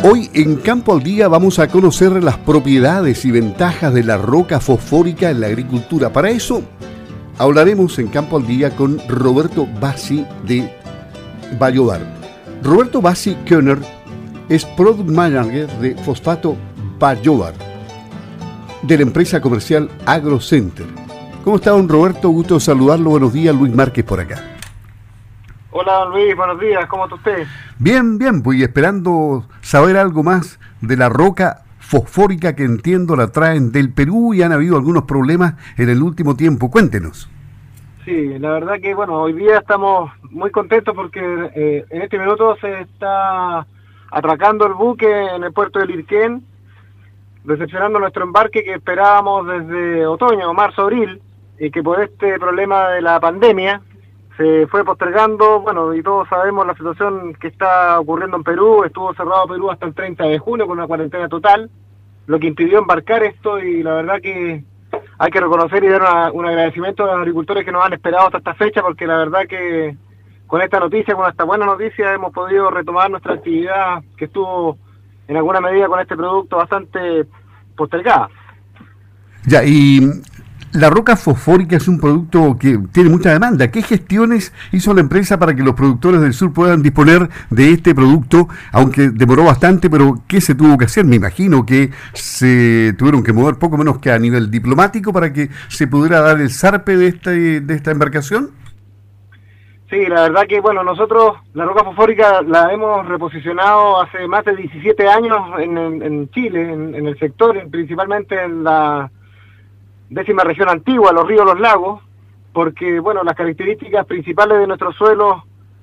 Hoy en Campo al Día vamos a conocer las propiedades y ventajas de la roca fosfórica en la agricultura. Para eso hablaremos en Campo al Día con Roberto Bassi de Vallobar. Roberto Bassi Koenner es Product Manager de Fosfato Vallobar de la empresa comercial AgroCenter. ¿Cómo está, don Roberto? Gusto saludarlo. Buenos días, Luis Márquez por acá. Hola, don Luis, buenos días, ¿cómo está usted? Bien, pues esperando saber algo más de la roca fosfórica que entiendo la traen del Perú y han habido algunos problemas en el último tiempo. Cuéntenos. Sí, la verdad que bueno, hoy día estamos muy contentos porque en este minuto se está atracando el buque en el puerto de Lirquén, recepcionando nuestro embarque que esperábamos desde otoño, marzo, abril, y que por este problema de la pandemia se fue postergando. Bueno, y todos sabemos la situación que está ocurriendo en Perú. Estuvo cerrado Perú hasta el 30 de junio con una cuarentena total, lo que impidió embarcar esto, y la verdad que hay que reconocer y dar un agradecimiento a los agricultores que nos han esperado hasta esta fecha, porque la verdad que con esta noticia, con esta buena noticia, hemos podido retomar nuestra actividad que estuvo en alguna medida con este producto bastante postergada. Ya, y la roca fosfórica es un producto que tiene mucha demanda. ¿Qué gestiones hizo la empresa para que los productores del sur puedan disponer de este producto? Aunque demoró bastante, pero ¿qué se tuvo que hacer? Me imagino que se tuvieron que mover poco menos que a nivel diplomático para que se pudiera dar el zarpe de esta embarcación. Sí, la verdad que bueno, nosotros la roca fosfórica la hemos reposicionado hace más de 17 años en Chile, en el sector, principalmente en la 10ª región antigua, los ríos, los lagos, porque bueno, las características principales de nuestros suelos,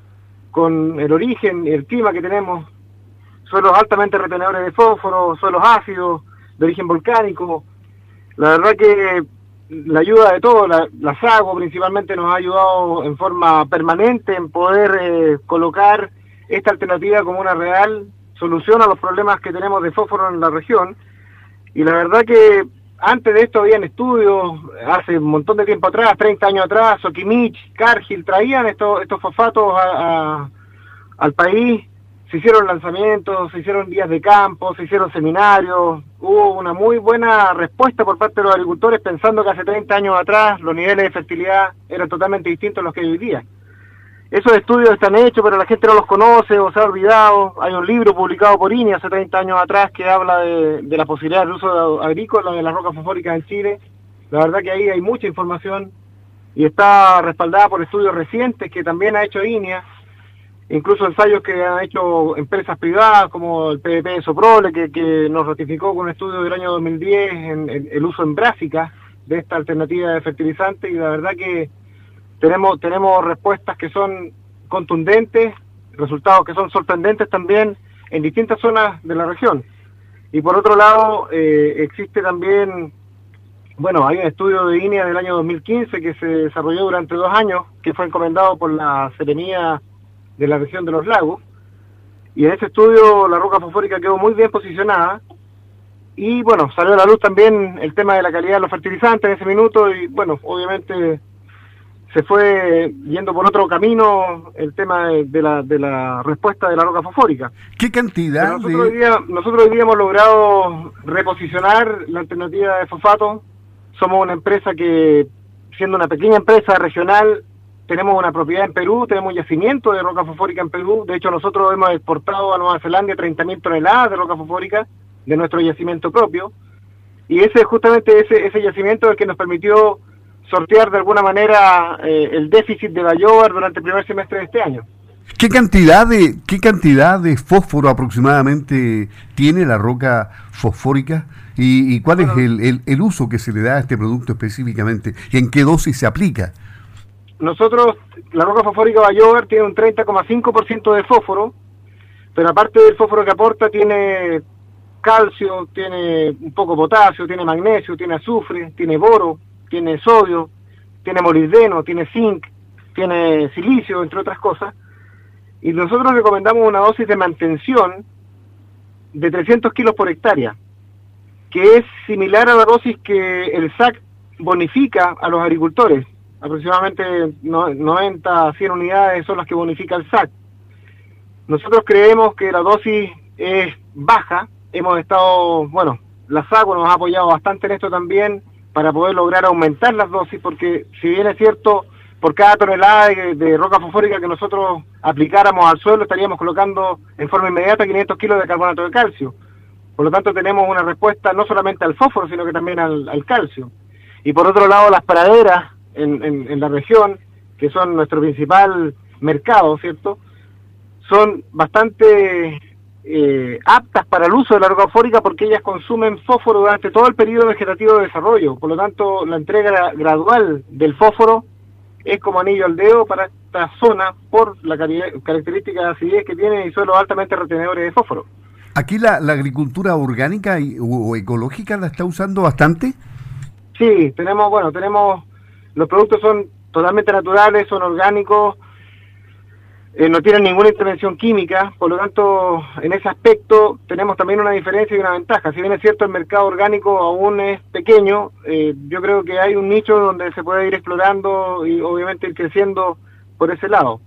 con el origen y el clima que tenemos, suelos altamente retenedores de fósforo, suelos ácidos, de origen volcánico, la verdad que la ayuda de todo, la SAGO principalmente nos ha ayudado en forma permanente en poder colocar esta alternativa como una real solución a los problemas que tenemos de fósforo en la región. Y la verdad que antes de esto habían estudios, hace un montón de tiempo atrás, 30 años atrás, Soquimich, Cargill, traían estos fosfatos al país, se hicieron lanzamientos, se hicieron días de campo, se hicieron seminarios, hubo una muy buena respuesta por parte de los agricultores, pensando que hace 30 años atrás los niveles de fertilidad eran totalmente distintos a los que hay hoy día. Esos estudios están hechos, pero la gente no los conoce o se ha olvidado. Hay un libro publicado por INI hace 30 años atrás que habla de la posibilidad del uso agrícola de las rocas fosfóricas en Chile. La verdad que ahí hay mucha información y está respaldada por estudios recientes que también ha hecho INIA, incluso ensayos que han hecho empresas privadas como el PVP de Soprole, que nos ratificó con un estudio del año 2010 en el uso en Brásica de esta alternativa de fertilizante, y la verdad que tenemos respuestas que son contundentes, resultados que son sorprendentes también en distintas zonas de la región. Y por otro lado, existe también, bueno, hay un estudio de INEA del año 2015 que se desarrolló durante 2 años, que fue encomendado por la Seremía de la región de los lagos, y en ese estudio la roca fosfórica quedó muy bien posicionada, y bueno, salió a la luz también el tema de la calidad de los fertilizantes en ese minuto, y bueno, obviamente se fue yendo por otro camino el tema de la respuesta de la roca fosfórica. ¿Qué cantidad nosotros hoy día hemos logrado reposicionar la alternativa de fosfato. Somos una empresa que, siendo una pequeña empresa regional, tenemos una propiedad en Perú, tenemos un yacimiento de roca fosfórica en Perú. De hecho, nosotros hemos exportado a Nueva Zelanda 30.000 toneladas de roca fosfórica de nuestro yacimiento propio. Y justamente ese yacimiento es el que nos permitió sortear de alguna manera el déficit de Vallobar durante el primer semestre de este año. ¿Qué cantidad de fósforo aproximadamente tiene la roca fosfórica? ¿Y cuál es el uso que se le da a este producto específicamente? ¿Y en qué dosis se aplica? Nosotros, la roca fosfórica Vallobar tiene un 30,5% de fósforo, pero aparte del fósforo que aporta, tiene calcio, tiene un poco potasio, tiene magnesio, tiene azufre, tiene boro, tiene sodio, tiene molibdeno, tiene zinc, tiene silicio, entre otras cosas. Y nosotros recomendamos una dosis de mantención de 300 kilos por hectárea, que es similar a la dosis que el SAC bonifica a los agricultores. Aproximadamente 90 a 100 unidades son las que bonifica el SAC. Nosotros creemos que la dosis es baja. Hemos estado, bueno, la SACO nos ha apoyado bastante en esto también para poder lograr aumentar las dosis, porque si bien es cierto, por cada tonelada de roca fosfórica que nosotros aplicáramos al suelo, estaríamos colocando en forma inmediata 500 kilos de carbonato de calcio. Por lo tanto, tenemos una respuesta no solamente al fósforo, sino que también al calcio. Y por otro lado, las praderas en la región, que son nuestro principal mercado, ¿cierto?, son bastante aptas para el uso de la roca fosfórica porque ellas consumen fósforo durante todo el periodo vegetativo de desarrollo. Por lo tanto, la entrega gradual del fósforo es como anillo al dedo para esta zona por la característica de acidez que tiene y suelos altamente retenedores de fósforo. ¿Aquí la agricultura orgánica o ecológica la está usando bastante? Sí, tenemos, los productos son totalmente naturales, son orgánicos, no tienen ninguna intervención química, por lo tanto, en ese aspecto tenemos también una diferencia y una ventaja. Si bien es cierto el mercado orgánico aún es pequeño, yo creo que hay un nicho donde se puede ir explorando y obviamente ir creciendo por ese lado.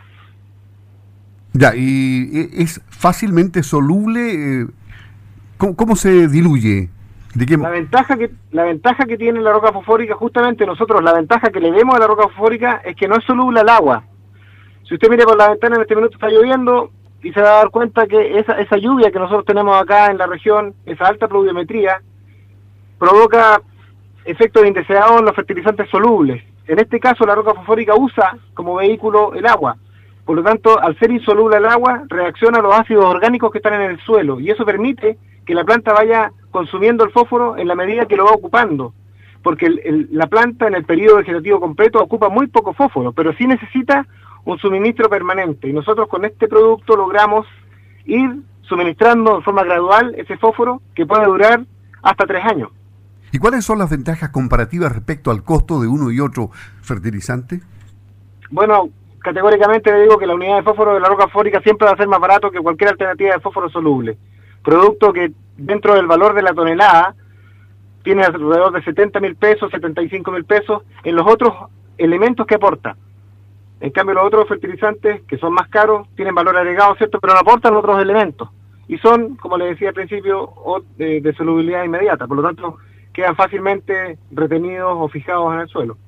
Ya, y es fácilmente soluble. ¿Cómo se diluye? ¿De qué? La ventaja que tiene la roca fosfórica, justamente nosotros, la ventaja que le vemos a la roca fosfórica es que no es soluble al agua. Si usted mira por la ventana en este minuto está lloviendo y se va a dar cuenta que esa lluvia que nosotros tenemos acá en la región, esa alta pluviometría, provoca efectos indeseados en los fertilizantes solubles. En este caso la roca fosfórica usa como vehículo el agua. Por lo tanto, al ser insoluble al agua, reacciona a los ácidos orgánicos que están en el suelo y eso permite que la planta vaya consumiendo el fósforo en la medida que lo va ocupando. Porque la planta en el periodo vegetativo completo ocupa muy poco fósforo, pero sí necesita un suministro permanente. Y nosotros con este producto logramos ir suministrando de forma gradual ese fósforo que puede durar hasta 3 años. ¿Y cuáles son las ventajas comparativas respecto al costo de uno y otro fertilizante? Bueno, categóricamente le digo que la unidad de fósforo de la roca fosfórica siempre va a ser más barato que cualquier alternativa de fósforo soluble. Producto que dentro del valor de la tonelada tiene alrededor de 70.000 pesos, 75.000 pesos en los otros elementos que aporta. En cambio, los otros fertilizantes, que son más caros, tienen valor agregado, ¿cierto?, pero no aportan otros elementos. Y son, como le decía al principio, de solubilidad inmediata. Por lo tanto, quedan fácilmente retenidos o fijados en el suelo.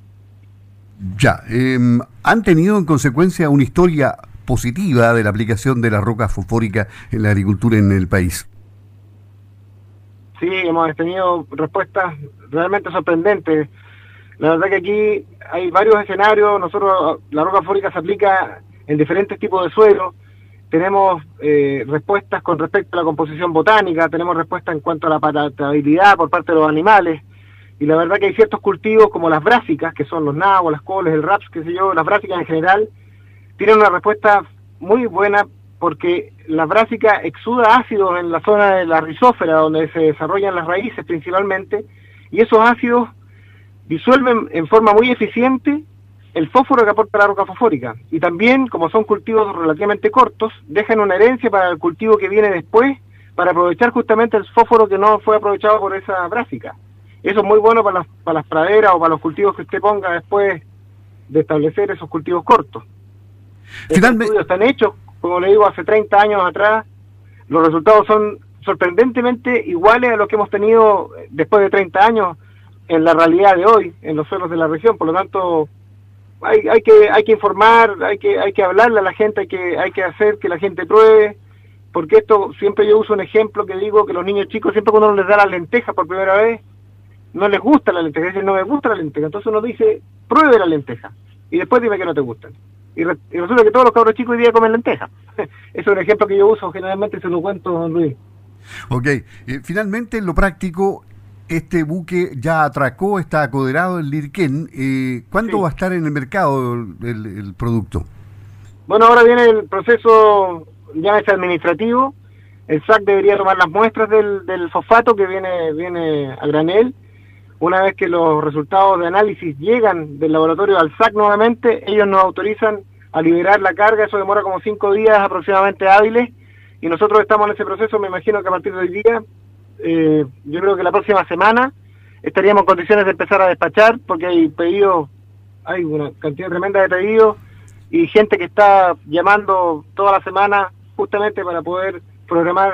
Ya, ¿han tenido en consecuencia una historia positiva de la aplicación de la roca fosfórica en la agricultura en el país? Sí, hemos tenido respuestas realmente sorprendentes. La verdad que aquí hay varios escenarios. Nosotros, la roca fosfórica se aplica en diferentes tipos de suelos. Tenemos respuestas con respecto a la composición botánica, tenemos respuestas en cuanto a la palatabilidad por parte de los animales. Y la verdad que hay ciertos cultivos como las brásicas, que son los nabos, las coles, el raps, qué sé yo, las brásicas en general, tienen una respuesta muy buena porque la brásica exuda ácidos en la zona de la rizósfera, donde se desarrollan las raíces principalmente, y esos ácidos disuelven en forma muy eficiente el fósforo que aporta la roca fosfórica. Y también, como son cultivos relativamente cortos, dejan una herencia para el cultivo que viene después, para aprovechar justamente el fósforo que no fue aprovechado por esa brásica. Eso es muy bueno para las praderas o para los cultivos que usted ponga después de establecer esos cultivos cortos. Estos estudios están hechos, como le digo, hace 30 años atrás. Los resultados son sorprendentemente iguales a los que hemos tenido después de 30 años en la realidad de hoy, en los suelos de la región. Por lo tanto, hay que informar, hay que hablarle a la gente, hay que hacer que la gente pruebe, porque esto, siempre yo uso un ejemplo que digo que los niños chicos, siempre cuando uno les da las lentejas por primera vez, no les gusta la lenteja, dicen no me gusta la lenteja, entonces uno dice, pruebe la lenteja, y después dime que no te gustan. Y resulta que todos los cabros chicos hoy día comen lenteja. Es un ejemplo que yo uso, generalmente se lo cuento, don Luis. Ok, finalmente en lo práctico, este buque ya atracó, está acoderado en Lirquén. ¿Cuándo va a estar en el mercado el producto? Bueno, ahora viene el proceso, llámese administrativo. El SAC debería tomar las muestras del fosfato que viene a granel. Una vez que los resultados de análisis llegan del laboratorio al SAC nuevamente, ellos nos autorizan a liberar la carga. Eso demora como 5 días aproximadamente hábiles, y nosotros estamos en ese proceso. Me imagino que a partir de hoy día, yo creo que la próxima semana estaríamos en condiciones de empezar a despachar, porque hay pedidos, hay una cantidad tremenda de pedidos y gente que está llamando toda la semana justamente para poder programar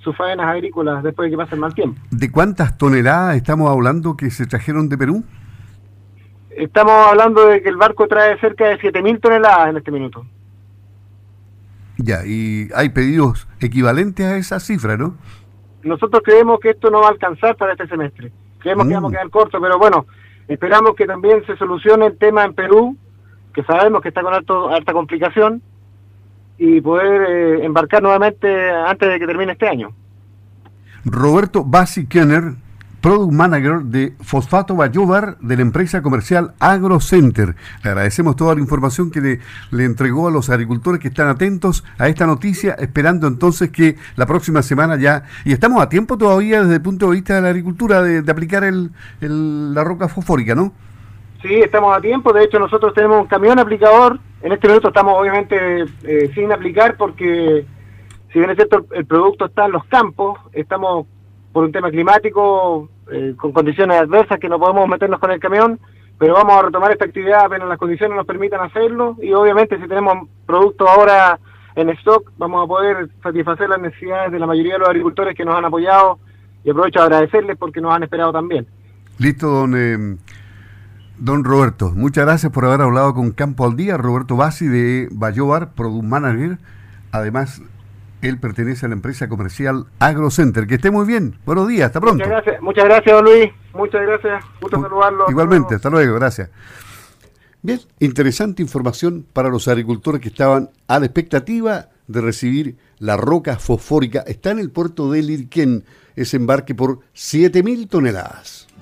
sus faenas agrícolas después de que pase el mal tiempo. ¿De cuántas toneladas estamos hablando que se trajeron de Perú? Estamos hablando de que el barco trae cerca de 7.000 toneladas en este minuto. Ya, y hay pedidos equivalentes a esa cifra, ¿no? Nosotros creemos que esto no va a alcanzar para este semestre. Creemos que vamos a quedar cortos, pero bueno, esperamos que también se solucione el tema en Perú, que sabemos que está con harta complicación, y poder embarcar nuevamente antes de que termine este año. Roberto Bassi Kenner, Product Manager de Fosfato Bayóvar de la empresa comercial AgroCenter. Le agradecemos toda la información que le entregó a los agricultores que están atentos a esta noticia, esperando entonces que la próxima semana ya, y estamos a tiempo todavía desde el punto de vista de la agricultura de aplicar la roca fosfórica, ¿no? Sí, estamos a tiempo. De hecho, nosotros tenemos un camión aplicador. En este minuto estamos obviamente sin aplicar porque, si bien es cierto, el producto está en los campos, estamos por un tema climático con condiciones adversas que no podemos meternos con el camión, pero vamos a retomar esta actividad apenas las condiciones nos permitan hacerlo, y obviamente si tenemos producto ahora en stock vamos a poder satisfacer las necesidades de la mayoría de los agricultores que nos han apoyado, y aprovecho a agradecerles porque nos han esperado también. Listo, don Roberto, muchas gracias por haber hablado con Campo al Día. Roberto Bassi de Bayóvar, Product Manager. Además, él pertenece a la empresa comercial AgroCenter. Que esté muy bien. Buenos días, hasta pronto. Muchas gracias, don Luis. Muchas gracias. Gusto saludarlo. Igualmente, hasta luego, gracias. Bien, interesante información para los agricultores que estaban a la expectativa de recibir la roca fosfórica. Está en el puerto de Lirquén ese embarque por 7.000 toneladas.